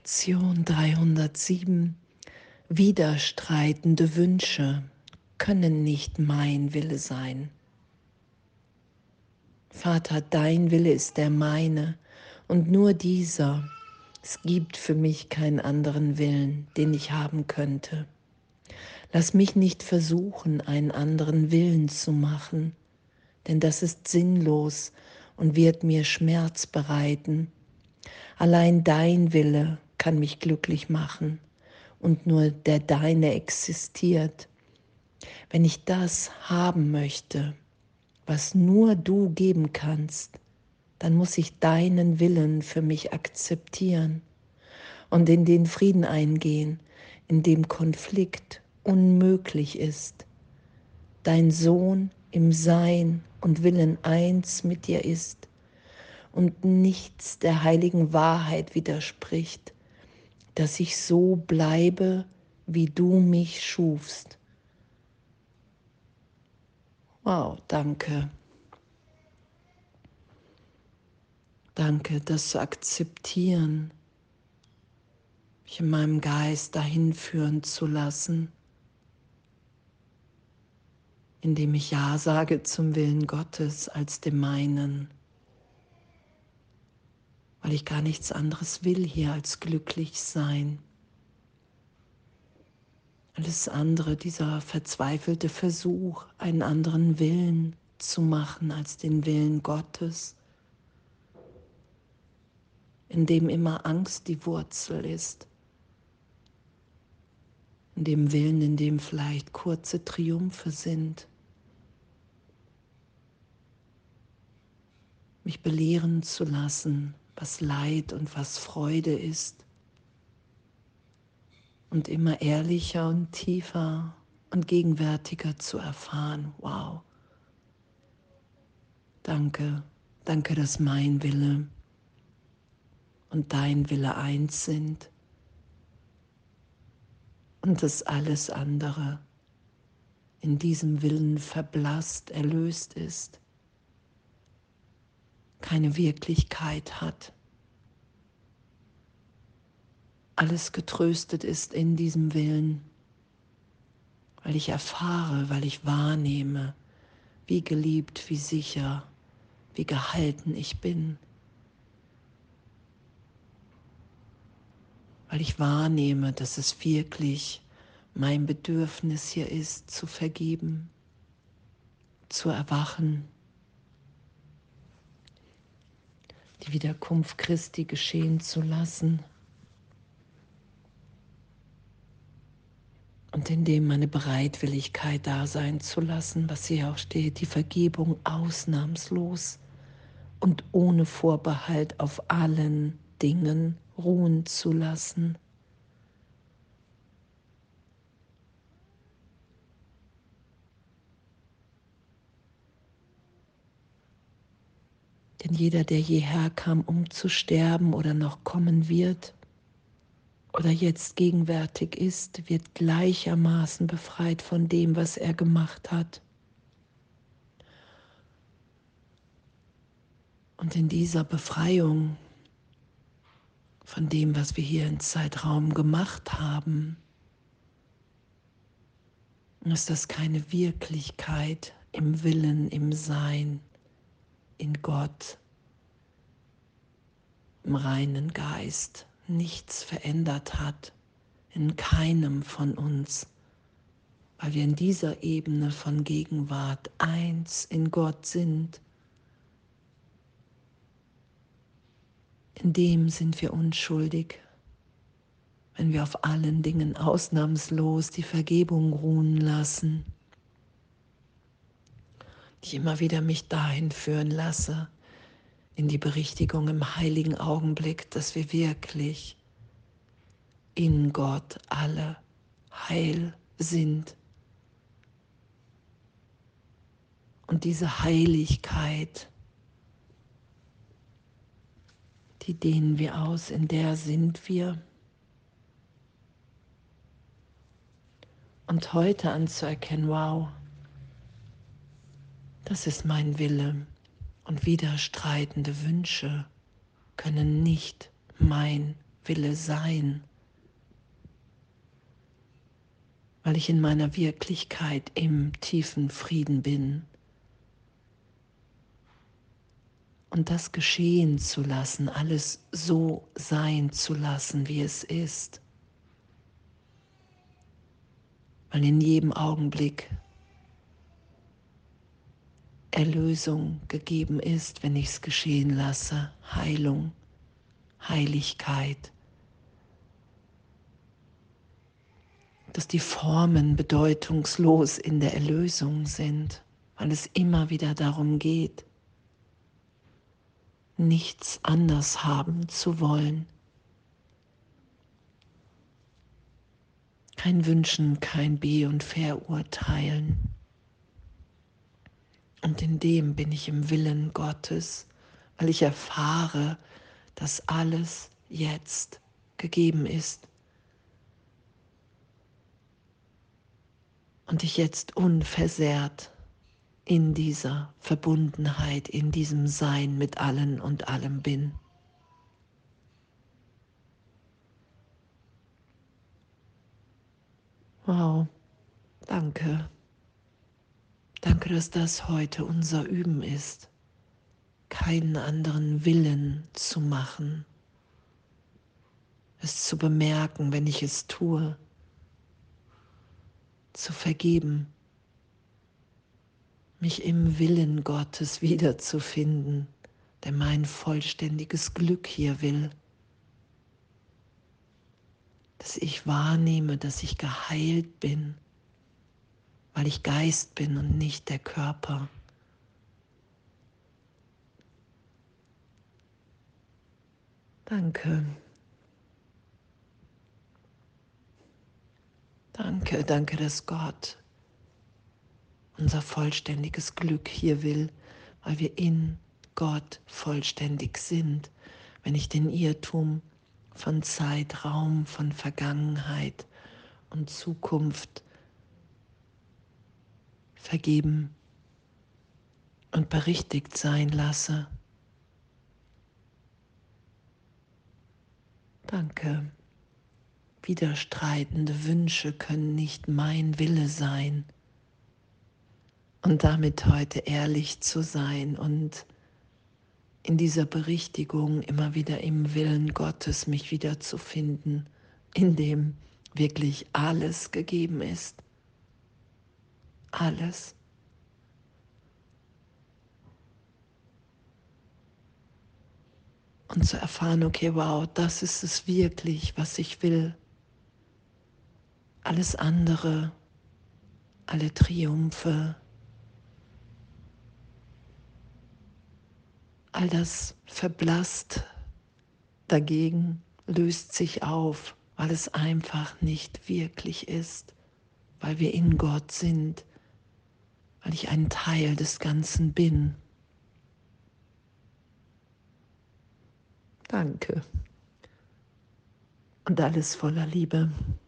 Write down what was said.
Lektion 307. Widerstreitende Wünsche können nicht mein Wille sein. Vater, dein Wille ist der meine und nur dieser. Es gibt für mich keinen anderen Willen, den ich haben könnte. Lass mich nicht versuchen, einen anderen Willen zu machen, denn das ist sinnlos und wird mir Schmerz bereiten. Allein dein Wille kann mich glücklich machen und nur der deine existiert. Wenn ich das haben möchte, was nur du geben kannst, dann muss ich deinen Willen für mich akzeptieren und in den Frieden eingehen, in dem Konflikt unmöglich ist. Dein Sohn im Sein und Willen eins mit dir ist und nichts der heiligen Wahrheit widerspricht, dass ich so bleibe, wie du mich schufst. Wow, danke. Danke, das zu akzeptieren, mich in meinem Geist dahin führen zu lassen, indem ich Ja sage zum Willen Gottes als dem meinen, weil ich gar nichts anderes will hier als glücklich sein. Alles andere, dieser verzweifelte Versuch, einen anderen Willen zu machen als den Willen Gottes, in dem immer Angst die Wurzel ist, in dem Willen, in dem vielleicht kurze Triumphe sind, mich belehren zu lassen, was Leid und was Freude ist und immer ehrlicher und tiefer und gegenwärtiger zu erfahren. Wow, danke, danke, dass mein Wille und dein Wille eins sind und dass alles andere in diesem Willen verblasst, erlöst ist, keine Wirklichkeit hat. Alles getröstet ist in diesem Willen, weil ich erfahre, weil ich wahrnehme, wie geliebt, wie sicher, wie gehalten ich bin. Weil ich wahrnehme, dass es wirklich mein Bedürfnis hier ist, zu vergeben, zu erwachen, die Wiederkunft Christi geschehen zu lassen und in dem meine Bereitwilligkeit da sein zu lassen, was hier auch steht, die Vergebung ausnahmslos und ohne Vorbehalt auf allen Dingen ruhen zu lassen. Denn jeder, der hierher kam, um zu sterben oder noch kommen wird oder jetzt gegenwärtig ist, wird gleichermaßen befreit von dem, was er gemacht hat. Und in dieser Befreiung von dem, was wir hier im Zeitraum gemacht haben, ist das keine Wirklichkeit im Willen, im Sein, in Gott, im reinen Geist, nichts verändert hat, in keinem von uns, weil wir in dieser Ebene von Gegenwart eins in Gott sind. In dem sind wir unschuldig, wenn wir auf allen Dingen ausnahmslos die Vergebung ruhen lassen, die ich immer wieder mich dahin führen lasse, in die Berichtigung im heiligen Augenblick, dass wir wirklich in Gott alle heil sind. Und diese Heiligkeit, die dehnen wir aus, in der sind wir. Und heute anzuerkennen, wow, das ist mein Wille und widerstreitende Wünsche können nicht mein Wille sein, weil ich in meiner Wirklichkeit im tiefen Frieden bin. Und das geschehen zu lassen, alles so sein zu lassen, wie es ist. Weil in jedem Augenblick Erlösung gegeben ist, wenn ich es geschehen lasse, Heilung, Heiligkeit. Dass die Formen bedeutungslos in der Erlösung sind, weil es immer wieder darum geht, nichts anders haben zu wollen. Kein Wünschen, kein Be- und Verurteilen. Und in dem bin ich im Willen Gottes, weil ich erfahre, dass alles jetzt gegeben ist. Und ich jetzt unversehrt in dieser Verbundenheit, in diesem Sein mit allen und allem bin. Wow, danke. Danke, dass das heute unser Üben ist, keinen anderen Willen zu machen, es zu bemerken, wenn ich es tue, zu vergeben, mich im Willen Gottes wiederzufinden, der mein vollständiges Glück hier will, dass ich wahrnehme, dass ich geheilt bin, weil ich Geist bin und nicht der Körper. Danke. Danke, danke, dass Gott unser vollständiges Glück hier will, weil wir in Gott vollständig sind. Wenn ich den Irrtum von Zeit, Raum, von Vergangenheit und Zukunft vergeben und berichtigt sein lasse. Danke. Widerstreitende Wünsche können nicht mein Wille sein. Und damit heute ehrlich zu sein und in dieser Berichtigung immer wieder im Willen Gottes mich wiederzufinden, in dem wirklich alles gegeben ist. Alles. Und zu erfahren, okay, wow, das ist es wirklich, was ich will. Alles andere, alle Triumphe, all das verblasst dagegen, löst sich auf, weil es einfach nicht wirklich ist, weil wir in Gott sind, weil ich ein Teil des Ganzen bin. Danke. Und alles voller Liebe.